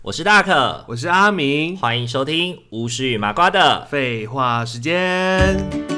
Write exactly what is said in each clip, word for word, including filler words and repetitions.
我是大可， 我是阿明， 欢迎收听巫师与麻瓜的废话时间。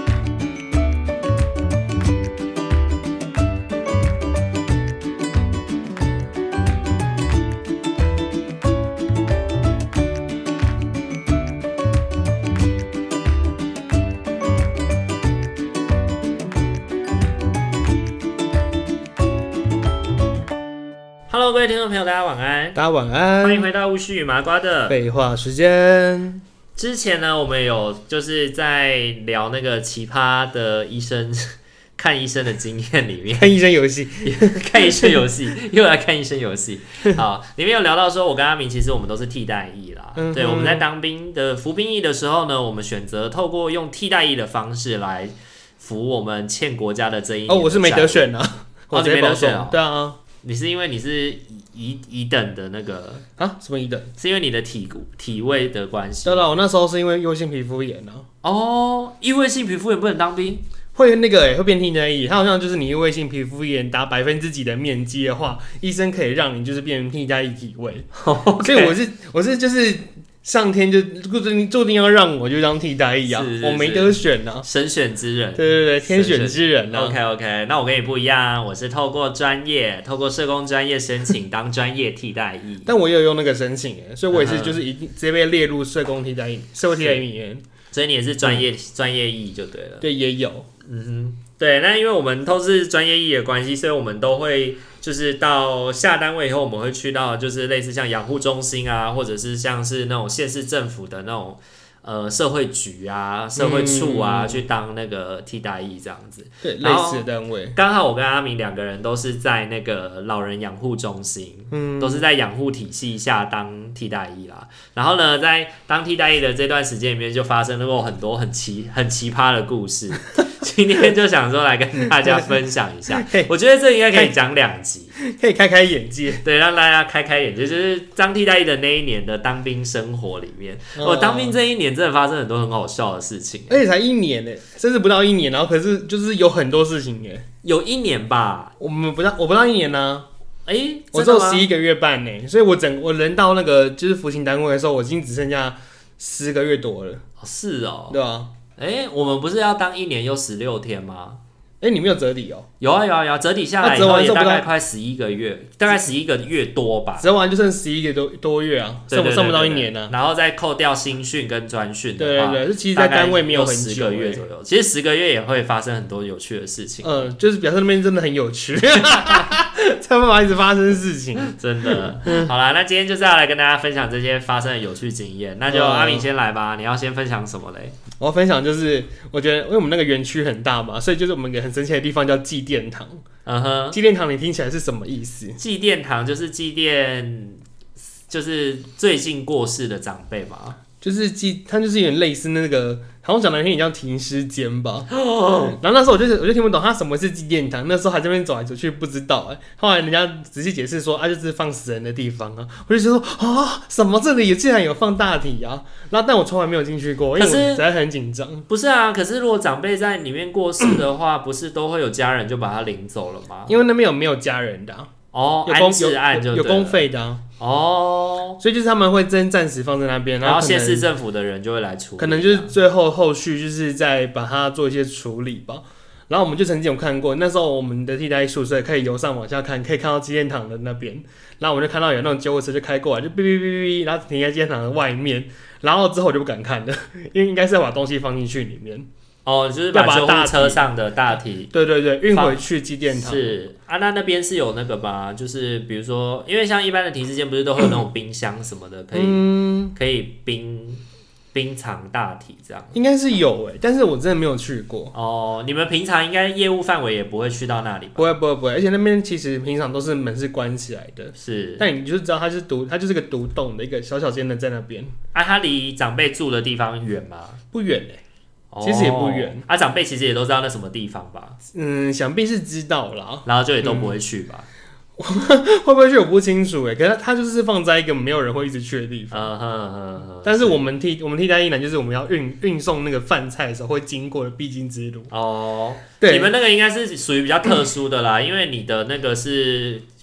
Hello， 各位听众朋友，大家晚安， 大家晚安， 欢迎回到巫师与麻瓜的废话时间。 之前呢，我们有就是在聊那个奇葩的医生看医生的经验里面， 看医生游戏， 看医生游戏，又来看医生游戏。好，里面有聊到说，我跟阿明其实我们都是替代役啦。嗯、对，我们在当兵的服兵役的时候呢，我们选择透过用替代役的方式来服我们欠国家的这一年的。 哦，我是没得选啊， 哦，你没得选哦， 对啊。 你是因为你是乙乙等的那个啊？什么乙等？ 是因为你的体体位的关系。 对了，我那时候是因为异位性皮肤炎啊。 哦，异位性皮肤炎不能当兵？ 会那个哎、欸，会变替代役。它好像就是你异位性皮肤炎打百分之几的面积的话，医生可以让你就是变成替代役体位。Okay. 所以我是我是就是上天就注定注定要让我就当替代役啊，是是是我没得选啊， 神选之人。 对对对，天选之人啊。 OK OK， 那我跟你不一样，我是透过专业，透过社工专业申请当专业替代役。 但我也有用那个申请哎，所以我也是就是一定直接被列入社工替代役、社会替代役里面。 所以你也是专业专、嗯、业役就对了。 对，也有。 嗯哼，对，那因为我们都是专业役的关系，所以我们都会就是到下单位以后，我们会去到就是类似像养护中心啊，或者是像是那种县市政府的那种呃社会局啊、社会处啊，嗯、去当那个替代役这样子。 对，类似的单位。 刚好我跟阿明两个人都是在那个老人养护中心，嗯，都是在养护体系下当替代役啦。然后呢，在当替代役的这段时间里面，就发生过很多很奇很奇葩的故事。今天就想说来跟大家分享一下，我觉得这应该可以讲两集， 可以开开眼界， 对，让大家开开眼界。就是当替代役的那一年的当兵生活里面，我、哦、当兵这一年真的发生很多很好笑的事情， 而且才一年呢，甚至不到一年，然后可是就是有很多事情耶， 有一年吧， 我们不到，我不到一年呢、啊。 哎、欸， 我只有十一个月半呢，所以我整我人到那个就是服刑单位的时候，我已经只剩下十个月多了。 哦是哦， 对啊。 哎、欸，我们不是要当一年又十六天吗？ 哎、欸，你没有折抵哦？ 有啊有啊有啊，折抵下来以后也大概快十一个月，大概十一个月多吧。 折完就剩十一个多多月啊，剩剩不到一年啊。 然后再扣掉新训跟专训的话， 对对对，其实在单位没有很久， 十个月左右。其实十个月也会发生很多有趣的事情。 嗯、呃，就是表示那边真的很有趣，才有办法一直发生事情。 真的。好啦，那今天就是要来跟大家分享这些发生的有趣经验。那就阿明先来吧，你要先分享什么嘞？ 我要分享就是，我觉得因为我们那个园区很大嘛，所以就是我们有很神奇的地方叫祭奠堂。嗯哼，祭奠堂你听起来是什么意思？ 祭奠堂就是祭奠，就是最近过世的长辈嘛。 就是祭，它就是有点类似那个，好像讲难听点叫停尸间吧。哦、然后那时候我就我就听不懂它什么是祭奠堂，那时候还在那边走来走去不知道哎、欸。后来人家仔细解释说，啊就是放死人的地方啊。我就说啊什么这里竟然有放大体啊？然后但我从来没有进去过，因为我实在很紧张。 不是啊，可是如果长辈在里面过世的话，不是都会有家人就把他领走了吗？ 因为那边有没有家人的、啊？ 哦， 有公安置案就有有公费的啊。哦，所以就是他们会真暂时放在那边， 然后县市政府的人就会来处理， 可能就是最后后续就是再把它做一些处理吧。然后我们就曾经有看过，那时候我们的替代役宿舍可以由上往下看，可以看到纪念堂的那边。然后我们就看到有那种救护车就开过来，就哔哔哔哔，然后停在纪念堂的外面。然后之后我就不敢看了，因为应该是要把东西放进去里面。 哦，就是把救护车上的大体， 对对对，运回去祭奠堂。 是啊，那那边是有那个吧？就是比如说，因为像一般的停尸间不是都会有那种冰箱什么的，可以、嗯、可以冰冰藏大体这样。 应该是有诶、欸，但是我真的没有去过。 哦，你们平常应该业务范围也不会去到那里吧？ 不会不会不会，而且那边其实平常都是门是关起来的。 是， 但你就知道它是独，它就是个独栋的一个小小间的在那边。 啊，它离长辈住的地方远吗？ 不远诶、欸。其实也不远、 哦，啊，长辈其实也都知道那什么地方吧？ 嗯，想必是知道啦， 然后就也都不会去吧？ 嗯、会不会去我不清楚哎，可是它就是放在一个没有人会一直去的地方。嗯哼哼哼。但是我们替我们替代役男就是我们要运运送那个饭菜的时候会经过的必经之路。 哦，对，你们那个应该是属于比较特殊的啦，嗯、因为你的那个是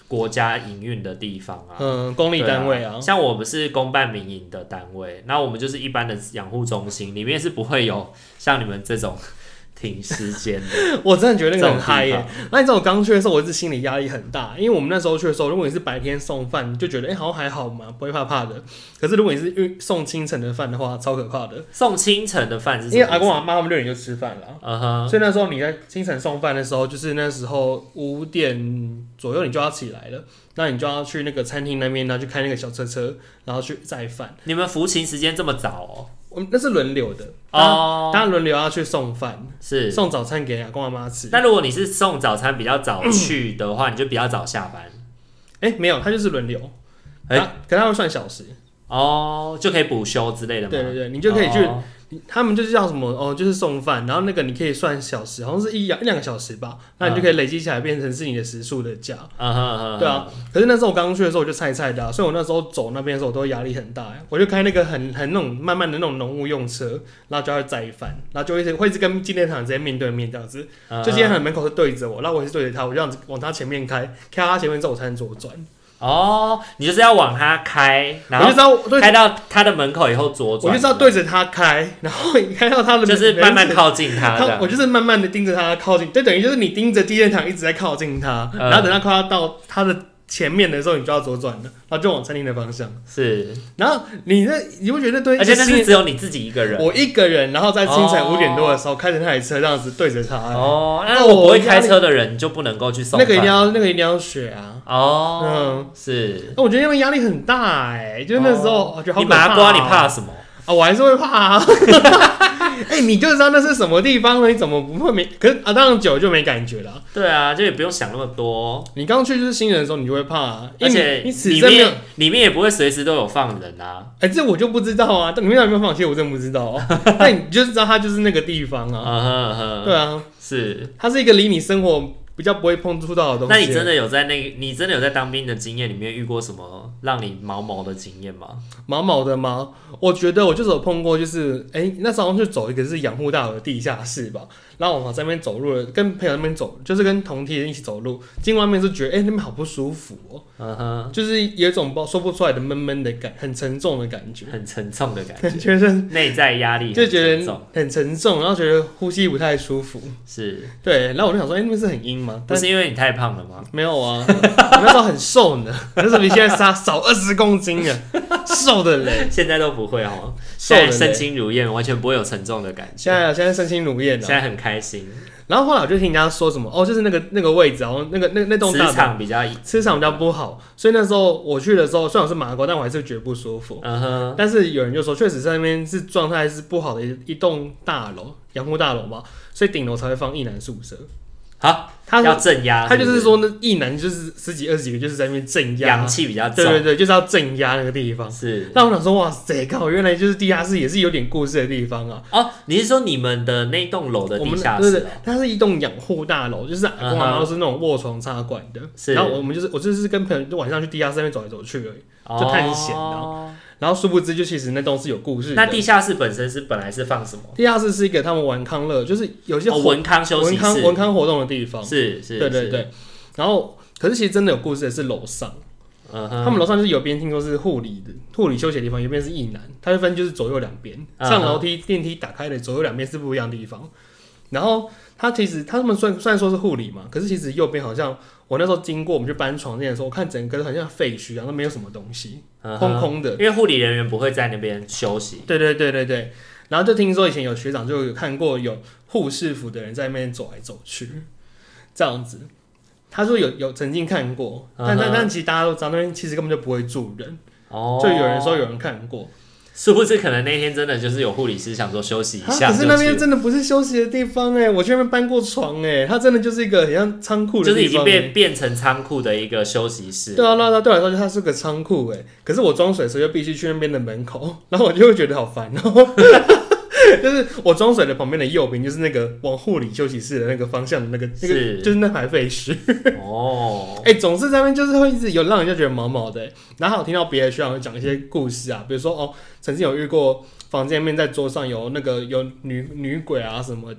国家营运的地方啊， 嗯，公立单位啊， 啊像我们是公办民营的单位，那我们就是一般的养护中心，里面是不会有像你们这种停尸间的。 我真的觉得那个很嗨耶、欸。那你知道我刚去的时候，我是心理压力很大，因为我们那时候去的时候，如果你是白天送饭，就觉得哎、欸、好像还好嘛，不会怕怕的。可是如果你是送清晨的饭的话，超可怕的。 送清晨的饭是什么？ 因为阿公阿妈他们六点就吃饭了，嗯哼。所以那时候你在清晨送饭的时候，就是那时候五点左右你就要起来了，那你就要去那个餐厅那边，然后去开那个小车车，然后去载饭。 你们服勤时间这么早哦？ 我们那是轮流的哦，大家轮流要去送饭，是送早餐给阿公阿妈吃。 那如果你是送早餐比较早去的话，你就比较早下班。 哎、欸，没有，他就是轮流，哎、欸，可是他会算小时哦，就可以补休之类的吗？ 对对对，你就可以去。哦，他们就是叫什么哦，就是送饭，然后那个你可以算小时，好像是一一两个小时吧，那你就可以累积起来变成是你的时数的价。嗯、对啊，可是那时候我刚去的时候我就菜菜的、啊，所以我那时候走那边的时候我都压力很大，我就开那个很很那种慢慢的那种农务用车，然后就要载饭，然后就会会一直跟纪念堂直接面对面这样子，嗯、就纪念堂门口是对着我，然后我也是对着他，我就这样子往他前面开，开到他前面之后我才能左转。 哦，你就是要往他开，然后开到他的门口以后左转， 我就知道对着他开，然后你开到他的门， 就是慢慢靠近他， 他我就是慢慢的盯着他靠近，就等于就是你盯着纪念堂一直在靠近他，嗯、然后等他快要到他的前面的时候，你就要左转了，然后就往餐厅的方向。是，然后你那你不觉得对？ 而且那是只有你自己一个人， 我一个人，然后在清晨五点多的时候、哦、开着那台车这样子对着他。 哦，那我不会开车的人就不能够去送饭。 那个一定要，那个一定要学啊。哦， 嗯，是。 那我觉得那边压力很大哎、欸，就是那时候我觉得好可怕、 哦。你麻瓜，你怕什么？ 啊，我还是会怕啊！哎、欸，你就知道那是什么地方了，你怎么不会没？可是啊，当然久就没感觉了。 对啊，就也不用想那么多。 你刚去就是新人的时候，你就会怕、啊， 而且你里面里面也不会随时都有放人啊。 哎、欸，这我就不知道啊，但里面有没有放，其实我真的不知道、啊。但你就是知道它就是那个地方啊。uh huh, uh huh, 对啊， 是它是一个离你生活比较不会碰触到的东西。 那你真的有在那，你真的有在当兵的经验里面遇过什么让你毛毛的经验吗？ 毛毛的吗？我觉得我就是有碰过，就是哎、欸，那时候好像去走一个是养护大楼的地下室吧，然后我往这边走路了，跟朋友那边走，就是跟同梯人一起走路，进外面是觉得哎、欸、那边好不舒服哦、喔， uh huh. 就是有一种说不出来的闷闷的感，很沉重的感觉， 很沉重的感觉， 觉得内在压力就觉得很沉重，然后觉得呼吸不太舒服， 是对， 然后我就想说，哎、欸，那边是很阴吗？ 不是因为你太胖了吗？ 没有啊，我那时候很瘦呢，那时候比现在少少二十公斤啊，瘦的嘞。 现在都不会哦，现在身轻如燕，完全不会有沉重的感觉。 现在现在身轻如燕、啊， 现在很开心。 然后后来我就听人家说什么，哦，就是那个那个位置，然后那个那那栋大磁场比较磁场比较不好，所以那时候我去的时候，虽然我是麻瓜，但我还是觉得不舒服。嗯哼。但是有人就说，确实在那边是状态是不好的一一栋大楼，养护大楼嘛，所以顶楼才会放役男宿舍。 好，他要镇压， 他就是说那役男就是十几二十几个，就是在那边镇压， 阳气比较重， 对对对，就是要镇压那个地方。 是， 但我想说，哇塞，靠，原来就是地下室也是有点故事的地方啊。 哦，你是说你们的那栋楼的地下室、哦？ 对对，它是一栋养护大楼，就是阿公阿妈都是那种卧床插管的。是，然后我们就是我就是跟朋友就晚上去地下室那边走来走去而已，就探险啊。然后殊不知，就其实那栋是有故事的。 那地下室本身是本来是放什么？ 地下室是一个他们玩康乐，就是有些文康休息室、 文康文康活动的地方。 是是， 对对对。然后，可是其实真的有故事的是楼上，uh huh. 他们楼上就是有边听说是护理的护理休息的地方，有边是役男，它会分就是左右两边， uh huh. 上楼梯电梯打开的左右两边是不一样的地方。然后他其实他们虽然虽然说是护理嘛，可是其实右边好像我那时候经过我们去搬床垫的时候，我看整个很像废墟，然后没有什么东西， uh huh. 空空的。 因为护理人员不会在那边休息。 对对对对对。然后就听说以前有学长就有看过有护士服的人在那边走来走去，这样子。他说有有曾经看过，但但但其实大家都知道那边其实根本就不会住人，哦，就有人说有人看过。 是不是可能那天真的就是有护理师想说休息一下、啊？ 可是那边真的不是休息的地方哎、欸，我去那边搬过床哎、欸，它真的就是一个很像仓库的地方、欸， 就是已经变变成仓库的一个休息室。 对啊，对啊，对我来说它是个仓库哎，可是我装水的时候又必须去那边的门口，然后我就会觉得好烦哦。就是我装水的旁边的右边，就是那个往护理休息室的那个方向的那个那个，就是那排废墟。哦，哎、欸，总是在那边就是会一直有让人家觉得毛毛的、欸。然后我听到别的学长会讲一些故事啊，比如说哦，曾经有遇过房间面在桌上有那个有女女鬼啊什么的，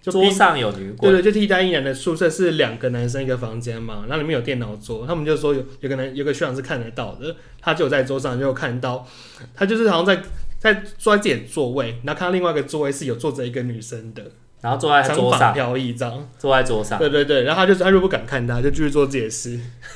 就桌上有女鬼， 对对，就替代役男的宿舍是两个男生一个房间嘛，然后里面有电脑桌，他们就说有有个男有个学长是看得到的，他就有在桌上就有看到，他就是好像在在坐在自己的座位，然后看到另外一个座位是有坐着一个女生的。 然后坐在桌上飘逸这样， 坐在桌上， 对对对，然后他就他就不敢看他，就继续做自己的事。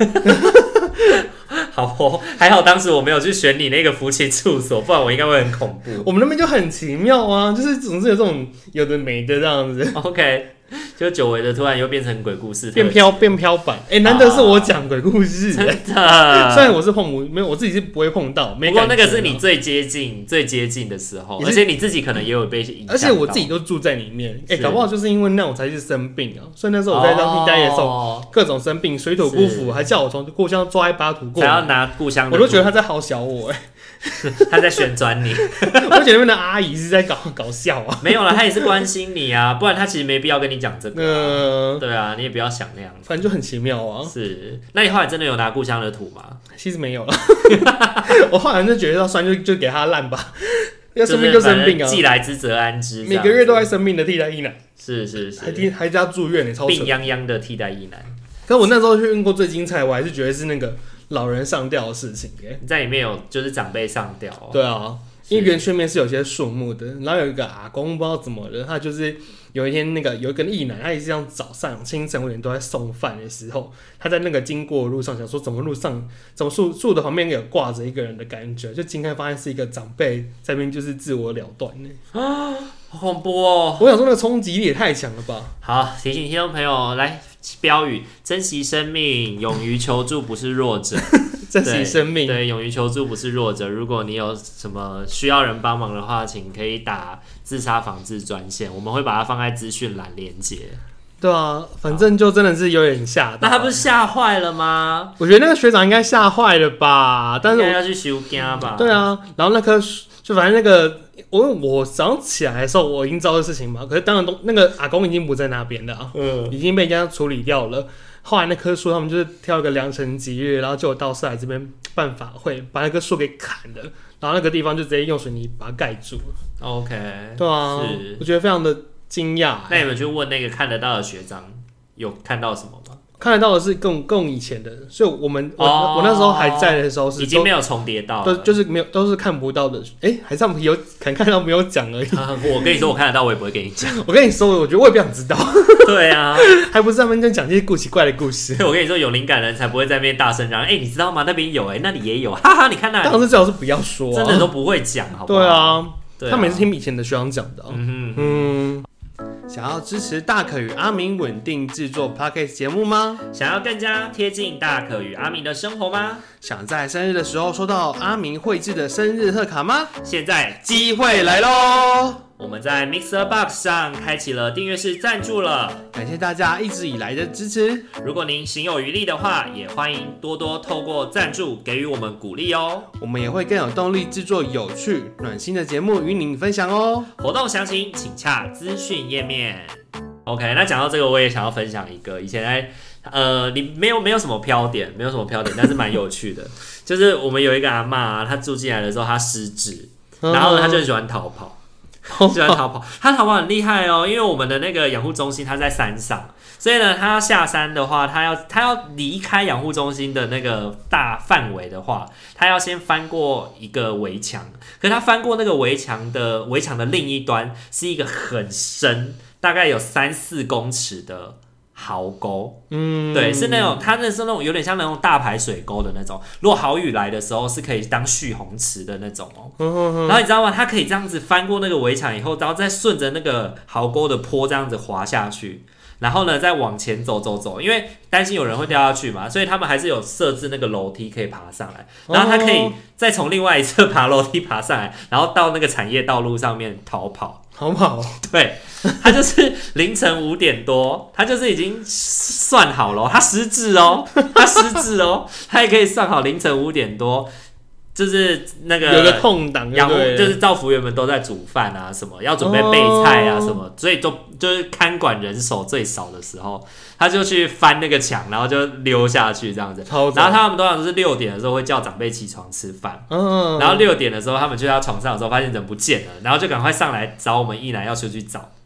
好哦，还好当时我没有去选你那个夫妻处所，不然我应该会很恐怖。 我们那边就很奇妙啊，就是总是有这种有的没的这样子。 OK， 就久违的突然又变成鬼故事， 变飘变飘版。哎、欸，难得是我讲鬼故事、欸， 真的。 虽然我是碰不没有，我自己是不会碰到，没不过那个是你最接近最接近的时候，而且你自己可能也有被影响到， 而且我自己都住在里面。哎、欸，搞不好就是因为那种才是生病啊。所以那时候我在当替代役的时候，哦、各种生病，水土不服，还叫我从故乡抓一把土过来， 才要拿故乡的土， 我都觉得他在好小我哎、欸。 他在旋转你， 我觉得那边的阿姨是在搞搞笑啊。 没有啦，他也是关心你啊，不然他其实没必要跟你讲这个、啊。 呃， 对啊，你也不要想那样， 反正就很奇妙啊。 是，那你后来真的有拿故乡的土吗？ 其实没有了，我后来就觉得要酸就就给他烂吧，要生病就生病啊， 既来之则安之。 每个月都在生病的替代役男， 是是是， 还还加住院呢，超病殃殃的替代役男。 可我那时候去遇过最精彩，我还是觉得是那个老人上吊的事情耶。 你在里面有就是长辈上吊、哦， 对啊，因为园区面是有些树木的，然后有一个阿公不知道怎么了，他就是有一天那个有一个役男，他也是这样早上清晨五点都在送饭的时候，他在那个经过的路上想说，怎么路上怎么树树的旁边有挂着一个人的感觉，就近看发现是一个长辈在那边就是自我了断呢。 啊，好恐怖哦！ 我想说那个冲击力也太强了吧。 好，提醒听众朋友来。标语：珍惜生命，勇于求助不是弱者。 珍惜生命， 对，勇于求助不是弱者。如果你有什么需要人帮忙的话，请可以打自杀防治专线，我们会把它放在资讯栏连结。 对啊，反正就真的是有点吓到。 那他不是吓坏了吗？ 我觉得那个学长应该吓坏了吧，但是我应该要去收惊吧。 对啊，然后那棵就反正那个我我早上起来的时候，我已经知道的事情嘛，可是当然都那个阿公已经不在那边了啊，嗯，已经被人家处理掉了。后来那棵树他们就是挑一个良辰吉日，然后就有道士来这边办法会，把那棵树给砍了，然后那个地方就直接用水泥把它盖住了。 OK， 对啊，是我觉得非常的惊讶。 那你们去问那个看得到的学长，有看到什么吗？ 看得到的是更更以前的，所以我们我、哦、我那时候还在的时候是已经没有重叠到了， 都就是没有都是看不到的。哎、欸，还是他们有可能看到没有讲而已、 啊。我跟你说，我看得到，我也不会跟你讲。 我跟你说，我觉得我也不想知道。 对啊， 还不是他们在讲这些古奇怪的故事。 我跟你说，有灵感的人才不会在那边大声嚷。哎、欸，你知道吗？那边有哎、欸，那里也有，哈哈，你看那里。 当时最好是不要说、啊， 真的都不会讲，好不好？ 对啊， 对啊， 他每次听以前的学长讲的、啊。嗯哼嗯。想要支持大可与阿明稳定制作 Podcast 节目吗？ 想要更加贴近大可与阿明的生活吗？ 想在生日的时候收到阿明绘制的生日贺卡吗？ 现在机会来咯！ 我们在 Mixer Box 上开启了订阅式赞助了， 感谢大家一直以来的支持。 如果您行有余力的话，也欢迎多多透过赞助给予我们鼓励哦。 我们也会更有动力制作有趣、暖心的节目与您分享哦。 活动详情请洽资讯页面。OK， 那讲到这个，我也想要分享一个以前在呃，你没有没有什么飘点，没有什么飘点，但是蛮有趣的。就是我们有一个阿嬷、啊，她住进来的时候，她失智，然后呢，她就很喜欢逃跑。喜欢逃跑，他逃跑很厉害哦，因为我们的那个养护中心它在山上，所以呢，他要下山的话，他要他要离开养护中心的那个大范围的话，他要先翻过一个围墙，可是他翻过那个围墙的围墙的另一端是一个很深，大概有三四公尺的壕沟，嗯，对，是那种，它那是那种有点像那种大排水沟的那种。如果豪雨来的时候，是可以当蓄洪池的那种哦。然后你知道吗？它可以这样子翻过那个围墙以后，然后再顺着那个壕沟的坡这样子滑下去，然后呢再往前走走走，因为担心有人会掉下去嘛，所以他们还是有设置那个楼梯可以爬上来，然后他可以再从另外一侧爬楼梯爬上来，然后到那个产业道路上面逃跑。 逃跑， 对，他就是凌晨五点多，他就是已经算好了，他失智哦，他失智哦，他也可以算好凌晨五点多，就是那个有个空档， 养护就是照服员们都在煮饭啊，什么要准备备菜啊，什么，哦、所以都就是看管人手最少的时候，他就去翻那个墙，然后就溜下去这样子。然后他们通常都是六点的时候会叫长辈起床吃饭，然后六点的时候他们就到床上的时候发现人不见了，然后就赶快上来找我们一男要出去找。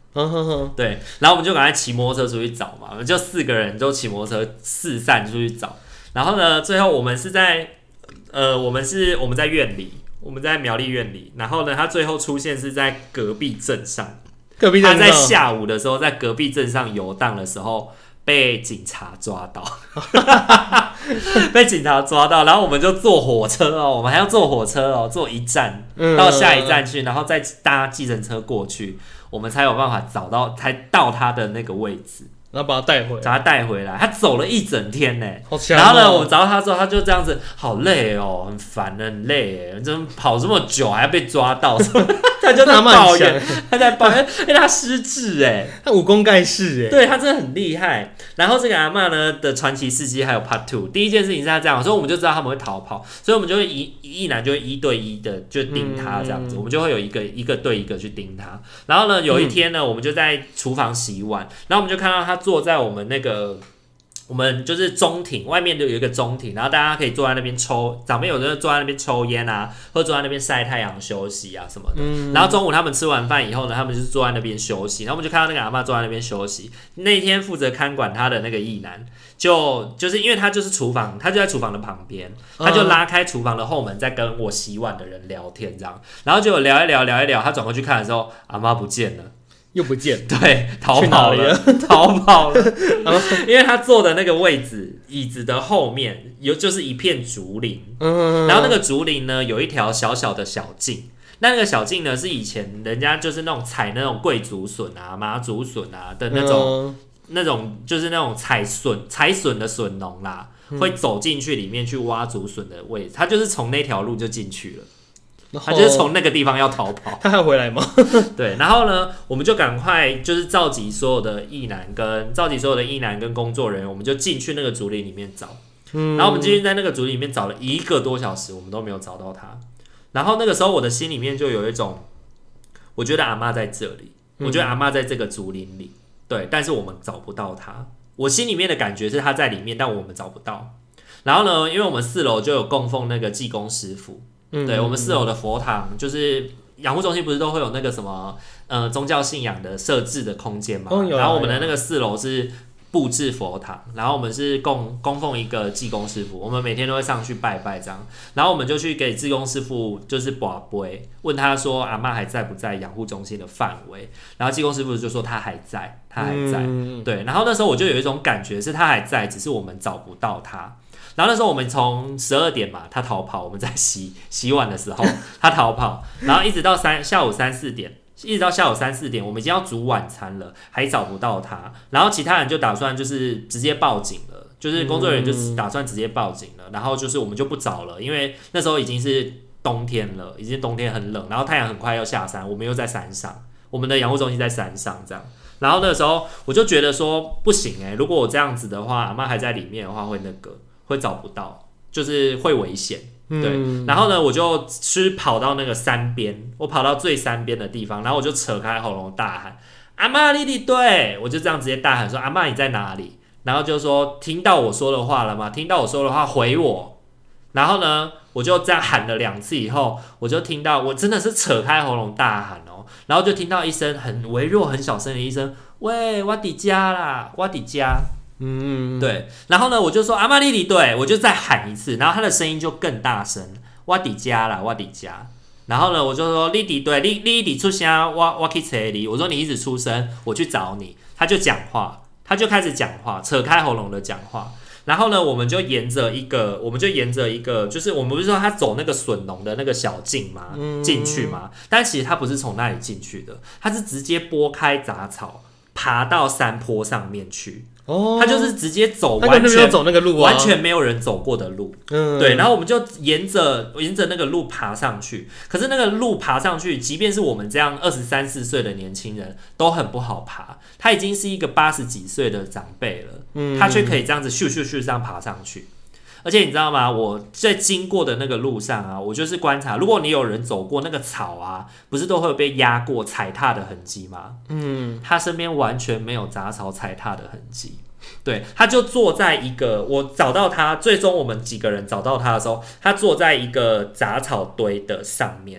嗯哼哼， 对，然后我们就赶快骑摩托车出去找嘛，我们就四个人就骑摩托车四散出去找。然后呢，最后我们是在呃，我们是我们在院里，我们在苗栗院里。然后呢，他最后出现是在隔壁镇上， 隔壁镇上他在下午的时候在隔壁镇上游荡的时候被警察抓到，被警察抓到，然后我们就坐火车哦，我们还要坐火车哦，坐一站到下一站去，然后再搭计程车过去。我们才有办法找到，才到他的那个位置， 然后把他带回来， 把他带回来。他走了一整天呢， 好强哦！ 然后呢，我找到他之后，他就这样子，好累哦，很烦，很累，真跑这么久还要被抓到，他就在抱怨，他在抱怨，哎，他失智哎， 他武功盖世哎， 对他真的很厉害。然后这个阿嬷呢的传奇事迹还有 Part Two， 第一件事情是他这样，所以我们就知道他们会逃跑，所以我们就会一一男就会一对一的就盯他这样子，嗯、我们就会有一个一个对一个去盯他。然后呢，有一天呢，我们就在厨房洗碗，然后我们就看到他坐在我们那个。我们就是中庭外面就有一个中庭，然后大家可以坐在那边抽，长辈有的坐在那边抽烟啊，或者坐在那边晒太阳休息啊什么的。嗯、然后中午他们吃完饭以后呢，他们就是坐在那边休息，然后我们就看到那个阿嬷坐在那边休息。那天负责看管他的那个义男，就就是因为他就是厨房，他就在厨房的旁边，他就拉开厨房的后门，在跟我洗碗的人聊天这样，然后就聊一聊聊一聊，他转过去看的时候，阿嬷不见了。 又不见， 对，逃跑了，逃跑了，因为他坐的那个位置，椅子的后面有就是一片竹林，嗯，然后那个竹林呢有一条小小的小径，那那个小径呢是以前人家就是那种采那种贵竹笋啊、麻竹笋啊的那种、嗯、那种就是那种采笋采笋的笋农啦，嗯、会走进去里面去挖竹笋的位置，他就是从那条路就进去了。他就是从那个地方要逃跑， 他还回来吗？ 对，然后呢，我们就赶快就是召集所有的役男跟召集所有的役男跟工作人员，我们就进去那个竹林里面找。嗯，然后我们进去在那个竹林里面找了一个多小时，我们都没有找到他。然后那个时候我的心里面就有一种，我觉得阿嬷在这里，我觉得阿嬷在这个竹林里，对，但是我们找不到他。我心里面的感觉是他在里面，但我们找不到。然后呢，因为我们四楼就有供奉那个济公师傅。嗯、对，我们四楼的佛堂就是养护中心，不是都会有那个什么呃宗教信仰的设置的空间嘛？哦、然后我们的那个四楼是布置佛堂，然后我们是供供奉一个济公师傅，我们每天都会上去拜拜这样。然后我们就去给济公师傅就是跋杯，问他说阿嬷还在不在养护中心的范围？然后济公师傅就说他还在，他还在。嗯、对，然后那时候我就有一种感觉是他还在，只是我们找不到他。然后那时候我们从十二点嘛，他逃跑，我们在洗洗碗的时候，他逃跑，然后一直到三下午三四点，一直到下午三四点，我们已经要煮晚餐了，还找不到他。然后其他人就打算就是直接报警了，就是工作人员就打算直接报警了。然后就是我们就不找了，因为那时候已经是冬天了，已经冬天很冷，然后太阳很快要下山，我们又在山上，我们的养护中心在山上这样。然后那个时候我就觉得说不行哎、欸，如果我这样子的话，阿嬷还在里面的话会那个。会找不到，就是会危险，对。嗯、然后呢，我就去跑到那个山边，我跑到最山边的地方，然后我就扯开喉咙大喊：“阿嬷你伫对！”我就这样直接大喊说：“阿嬷你在哪里？”然后就说：“听到我说的话了吗？听到我说的话回我。”然后呢，我就这样喊了两次以后，我就听到我真的是扯开喉咙大喊哦，然后就听到一声很微弱、很小声的一声：“喂，我伫家啦，我伫家。”嗯，对，然后呢，我就说阿嬷你伫对，我就再喊一次，然后他的声音就更大声，我伫家啦，我伫家。然后呢，我就说你伫对，你你伫出声，我我去找你。我说你一直出声，我去找你。他就讲话，他就开始讲话，扯开喉咙的讲话。然后呢，我们就沿着一个，我们就沿着一个，就是我们不是说他走那个笋农的那个小径嘛，进去嘛，但其实他不是从那里进去的，他是直接拨开杂草，爬到山坡上面去。哦，他就是直接走完全走那个路、 啊、完全没有人走过的路，嗯，对，然后我们就沿着沿着那个路爬上去。可是那个路爬上去，即便是我们这样二十三四岁的年轻人，都很不好爬。他已经是一个八十几岁的长辈了，嗯，他却可以这样子咻咻咻这样爬上去。而且你知道吗？我在经过的那个路上啊，我就是观察，如果你有人走过那个草啊，不是都会有被压过踩踏的痕迹吗？嗯，他身边完全没有杂草踩踏的痕迹。对，他就坐在一个，我找到他，最终我们几个人找到他的时候，他坐在一个杂草堆的上面。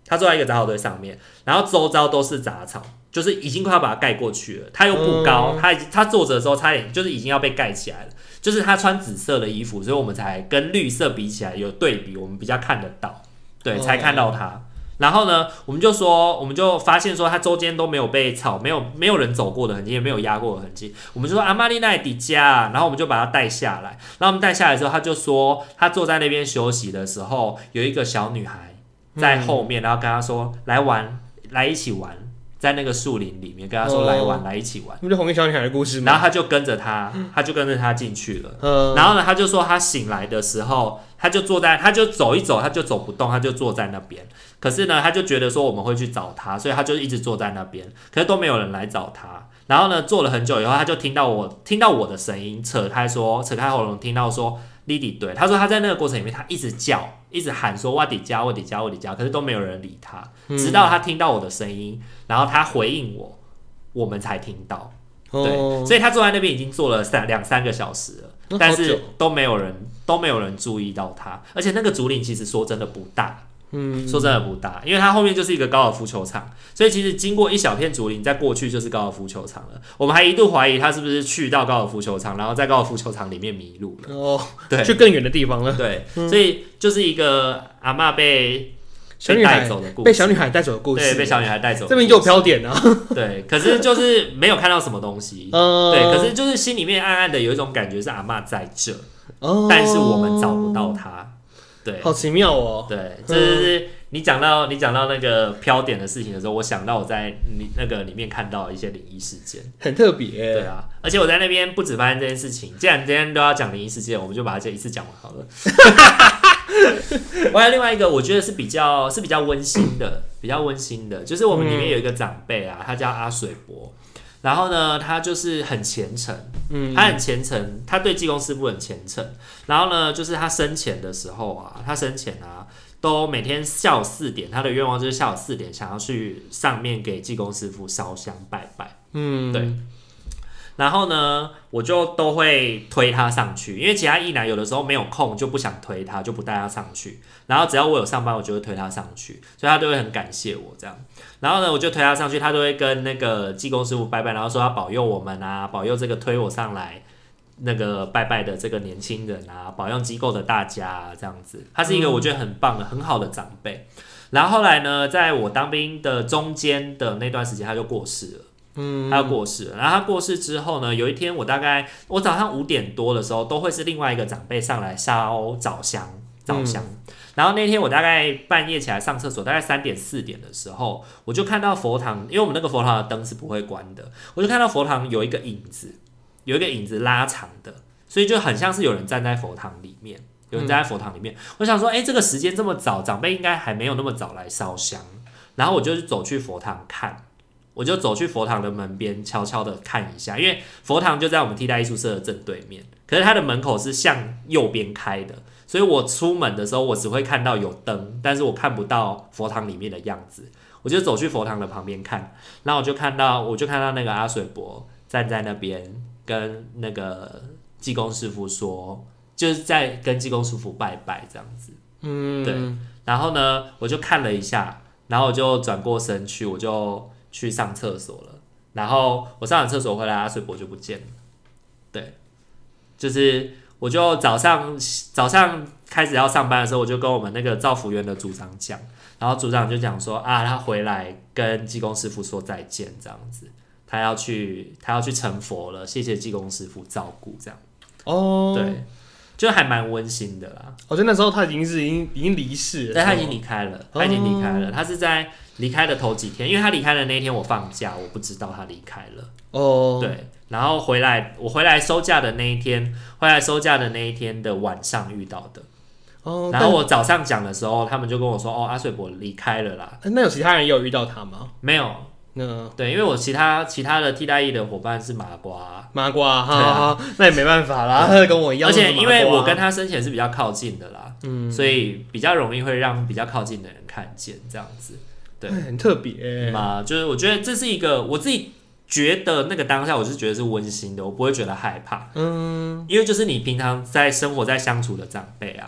他坐在一个杂草堆上面，然后周遭都是杂草，就是已经快要把它盖过去了。他又不高，嗯、他他坐着的时候差点就是已经要被盖起来了。就是他穿紫色的衣服，所以我们才跟绿色比起来有对比，我们比较看得到，对，才看到他。然后呢，我们就说，我们就发现说，他周间都没有被草，没有没有人走过的痕迹，也没有压过的痕迹。我们就说阿玛丽奈迪加，然后我们就把他带下来。然后我们带下来之后，他就说，他坐在那边休息的时候，有一个小女孩在后面，嗯、然后跟他说：“来玩，来一起玩。”在那个树林里面跟他说：“来玩，哦、来一起玩。” 不是红衣小女孩的故事吗？ 然后他就跟着他，他就跟着他进去了。嗯、然后呢，他就说他醒来的时候，他就坐在，他就走一走，他就走不动，他就坐在那边。可是呢，他就觉得说我们会去找他，所以他就一直坐在那边。可是都没有人来找他。然后呢，坐了很久以后，他就听到我听到我的声音，扯开说，扯开喉咙，听到说。莉迪对他说，他在那个过程里面，他一直叫，一直喊说“我的家，我的家，我的家”，可是都没有人理他，直到他听到我的声音，然后他回应我，我们才听到。对，哦、所以他坐在那边已经坐了三两三个小时了，嗯、但是都没有人都没有人注意到他，而且那个竹林其实说真的不大。嗯，说真的不大，因为它后面就是一个高尔夫球场，所以其实经过一小片竹林，再过去就是高尔夫球场了。我们还一度怀疑他是不是去到高尔夫球场，然后在高尔夫球场里面迷路了。哦， 对，去更远的地方了。 对，嗯、所以就是一个阿嬷被小女孩带走的故事， 被小女孩带走的故事， 对，被小女孩带走的故事。 这边就有飘点啊。 对，可是就是没有看到什么东西。嗯、对，可是就是心里面暗暗的有一种感觉是阿嬷在这，哦、但是我们找不到她。对， 好奇妙哦。 对，这就是你讲到你讲到那个飘点的事情的时候，我想到我在你那个里面看到一些灵异事件， 很特别。 对啊，而且我在那边不止发现这件事情，既然今天都要讲灵异事件，我们就把它这一次讲完好了。我还有另外一个，我觉得是比较是比较温馨的，比较温馨的，就是我们里面有一个长辈啊，他叫阿水伯。然后呢，他就是很虔诚，嗯，他很虔诚，他对济公师傅很虔诚。然后呢，就是他生前的时候啊，他生前啊，都每天下午四点，他的愿望就是下午四点想要去上面给济公师傅烧香拜拜，嗯，对。然后呢，我就都会推他上去，因为其他义男有的时候没有空，就不想推他，就不带他上去。然后只要我有上班，我就会推他上去，所以他都会很感谢我这样。然后呢，我就推他上去，他都会跟那个济公师傅拜拜，然后说要保佑我们啊，保佑这个推我上来那个拜拜的这个年轻人啊，保佑机构的大家啊，这样子。他是一个我觉得很棒的、很好的长辈。然后后来呢，在我当兵的中间的那段时间，他就过世了。嗯，他要过世了。然后他过世之后呢，有一天我大概我早上五点多的时候，都会是另外一个长辈上来烧早香，早香。嗯、然后那天我大概半夜起来上厕所，大概三点四点的时候，我就看到佛堂，因为我们那个佛堂的灯是不会关的，我就看到佛堂有一个影子，有一个影子拉长的，所以就很像是有人站在佛堂里面，有人站在佛堂里面。嗯、我想说，哎、欸，这个时间这么早，长辈应该还没有那么早来烧香。然后我就走去佛堂看。我就走去佛堂的门边，悄悄的看一下，因为佛堂就在我们替代艺术社的正对面，可是它的门口是向右边开的，所以我出门的时候，我只会看到有灯，但是我看不到佛堂里面的样子。我就走去佛堂的旁边看，然后我就看到，我就看到那个阿水伯站在那边，跟那个济公师傅说，就是在跟济公师傅拜拜这样子。嗯，对。然后呢，我就看了一下，然后我就转过身去，我就。去上厕所了，然后我上完厕所回来，阿水伯就不见了。对，就是我就早上早上开始要上班的时候，我就跟我们那个造福园的组长讲，然后组长就讲说啊，他回来跟济公师傅说再见，这样子，他要去他要去成佛了，谢谢济公师傅照顾这样。哦，对。就还蛮温馨的啦。 我觉得那时候他已经是已经已经离世了， 对，他已经离开了，他已经离开了。他是在离开的头几天，因为他离开的那一天我放假，我不知道他离开了。哦，对，然后回来，我回来收假的那一天，回来收假的那一天的晚上遇到的。哦，然后我早上讲的时候，他们就跟我说：“哦，阿水伯离开了啦。” 那有其他人也有遇到他吗？ 没有。嗯，对，因为我其他其他的替代役的伙伴是麻瓜， 麻瓜，哈、啊，那也没办法啦，他跟我一样。 而且因为我跟他生前是比较靠近的啦，嗯，所以比较容易会让比较靠近的人看见这样子，对， 很特别嘛，就是我觉得这是一个我自己觉得那个当下，我是觉得是温馨的，我不会觉得害怕，嗯，因为就是你平常在生活在相处的长辈啊。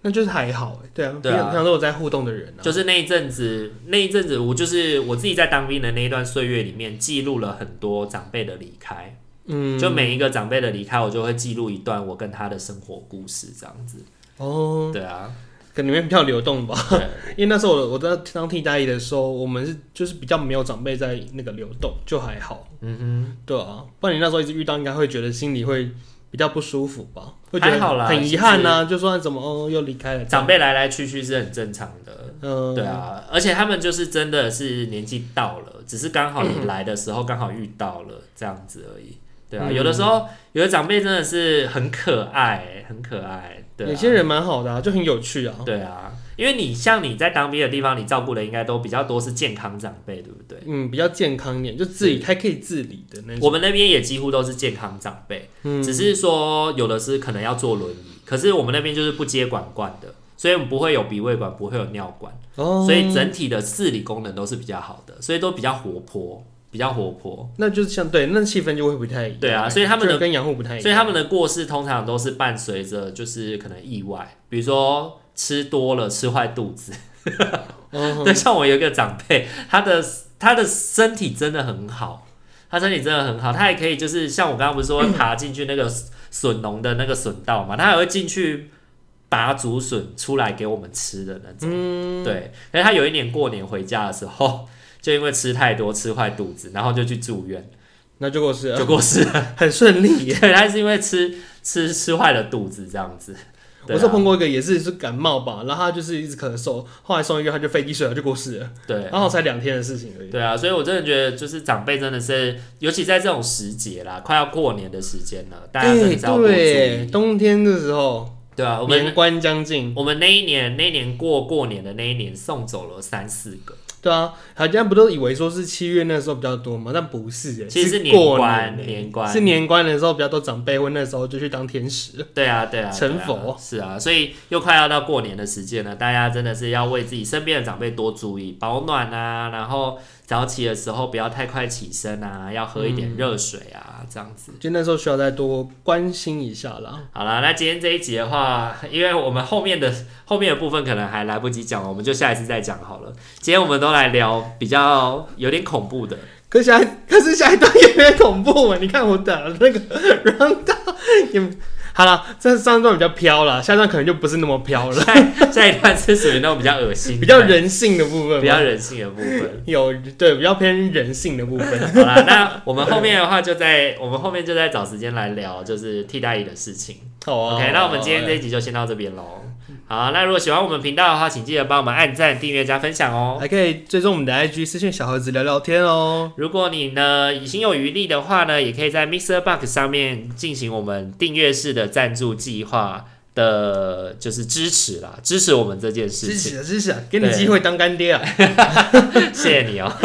那就是还好哎，对啊， 对啊， 平常都有在互动的人啊。 就是那一阵子，那一阵子我就是我自己在当兵的那一段岁月里面，记录了很多长辈的离开。嗯，就每一个长辈的离开，我就会记录一段我跟他的生活故事，这样子。哦，对啊， 可能里面比较流动吧。因为那时候我我在当替代役的时候，我们是就是比较没有长辈在那个流动，就还好。嗯哼，对啊，不然你那时候一直遇到，应该会觉得心里会比较不舒服吧？会觉得很遗憾呐、啊，就说怎么哦又离开了。 长辈来来去去是很正常的，嗯，对啊，而且他们就是真的是年纪到了，只是刚好你来的时候刚好遇到了这样子而已，对啊。嗯、有的时候有的长辈真的是很可爱，很可爱，对、啊。 有些人蛮好的、啊，就很有趣啊。 对啊，因为你像你在当兵的地方，你照顾的应该都比较多是健康长辈，对不对？ 嗯，比较健康一点，就自己还可以自理的那种。 我们那边也几乎都是健康长辈，嗯、只是说有的是可能要坐轮椅，可是我们那边就是不接管罐的，所以我们不会有鼻胃管，不会有尿管，哦、所以整体的自理功能都是比较好的，所以都比较活泼。比较活泼， 那就是相对，那气氛就会不太一样。 对啊，所以他们的跟养护不太一样， 所以他们的过世通常都是伴随着就是可能意外，比如说吃多了吃坏肚子。哦、对，像我有一个长辈，他的他的身体真的很好，他身体真的很好，他也可以就是像我刚刚不是说爬进去那个笋农的那个笋道嘛，他还会进去拔竹笋出来给我们吃的那种。嗯、对，但是他有一年过年回家的时候。就因为吃太多，吃坏肚子，然后就去住院， 那就过世了， 就过世了， 很顺利耶。 对，他是因为吃吃吃坏了肚子这样子。啊、 我是碰过一个也是是感冒吧，然后他就是一直咳嗽，后来送医院他就肺积水了，就过世了。 对， 然后才两天的事情而已。 对啊，所以我真的觉得就是长辈真的是，尤其在这种时节啦，快要过年的时间了，大家真的是要多注意。 对，冬天的时候。 对啊，我们年关将近， 我们那一年那一年过过年的那一年送走了三四个。 对啊，好像不都以为说是七月那时候比较多嘛，但不是耶， 其实是年关年关是年关的时候比较多长辈会那时候就去当天使。 对啊，对啊， 成佛、 啊、是啊，所以又快要到过年的时间了，大家真的是要为自己身边的长辈多注意保暖啊，然后早起的时候不要太快起身啊，要喝一点热水啊，嗯、这样子。 就那时候需要再多关心一下啦。 好啦，那今天这一集的话，因为我们后面的后面的部分可能还来不及讲了，我们就下一次再讲好了。今天我们都来聊比较有点恐怖的。 可是下可是下一段也有点恐怖啊！你看我打了那个 round down 也。好了，这上一段比较飘了，下一段可能就不是那么飘了。 下, 下一段是属于那种比较恶心、 比较人性的部分， 比较人性的部分， 有对比较偏人性的部分。 好啦，那我们后面的话就在我们后面就在找时间来聊，就是替代役的事情。 好啊 ，OK， 那我们今天这一集就先到这边喽。好，那如果喜欢我们频道的话，请记得帮我们按赞、订阅、加分享哦。 还可以追踪我们的 I G 私讯小盒子聊聊天哦。 如果你呢已经有余力的话呢，也可以在 Mixer Box 上面进行我们订阅式的赞助计划的，就是支持啦，支持我们这件事情。 支持啊，支持啊，给你机会当干爹啊！ 谢谢你哦。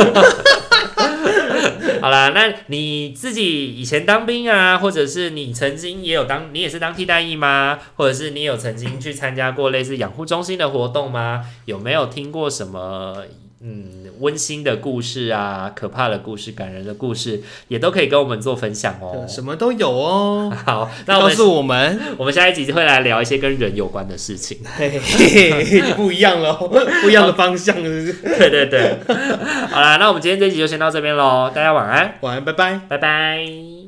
好啦，那你自己以前当兵啊，或者是你曾经也有当，你也是当替代役吗？或者是你有曾经去参加过类似养护中心的活动吗？有没有听过什么嗯温馨的故事啊、可怕的故事、感人的故事，也都可以跟我们做分享哦。 什么都有哦。 好，那我们告诉我们， 我们下一集会来聊一些跟人有关的事情。 嘿嘿嘿，不一样了，不一样的方向是不是？ 对对对。好啦，那我们今天这一集就先到这边喽，大家晚安。 晚安，拜拜， 拜拜。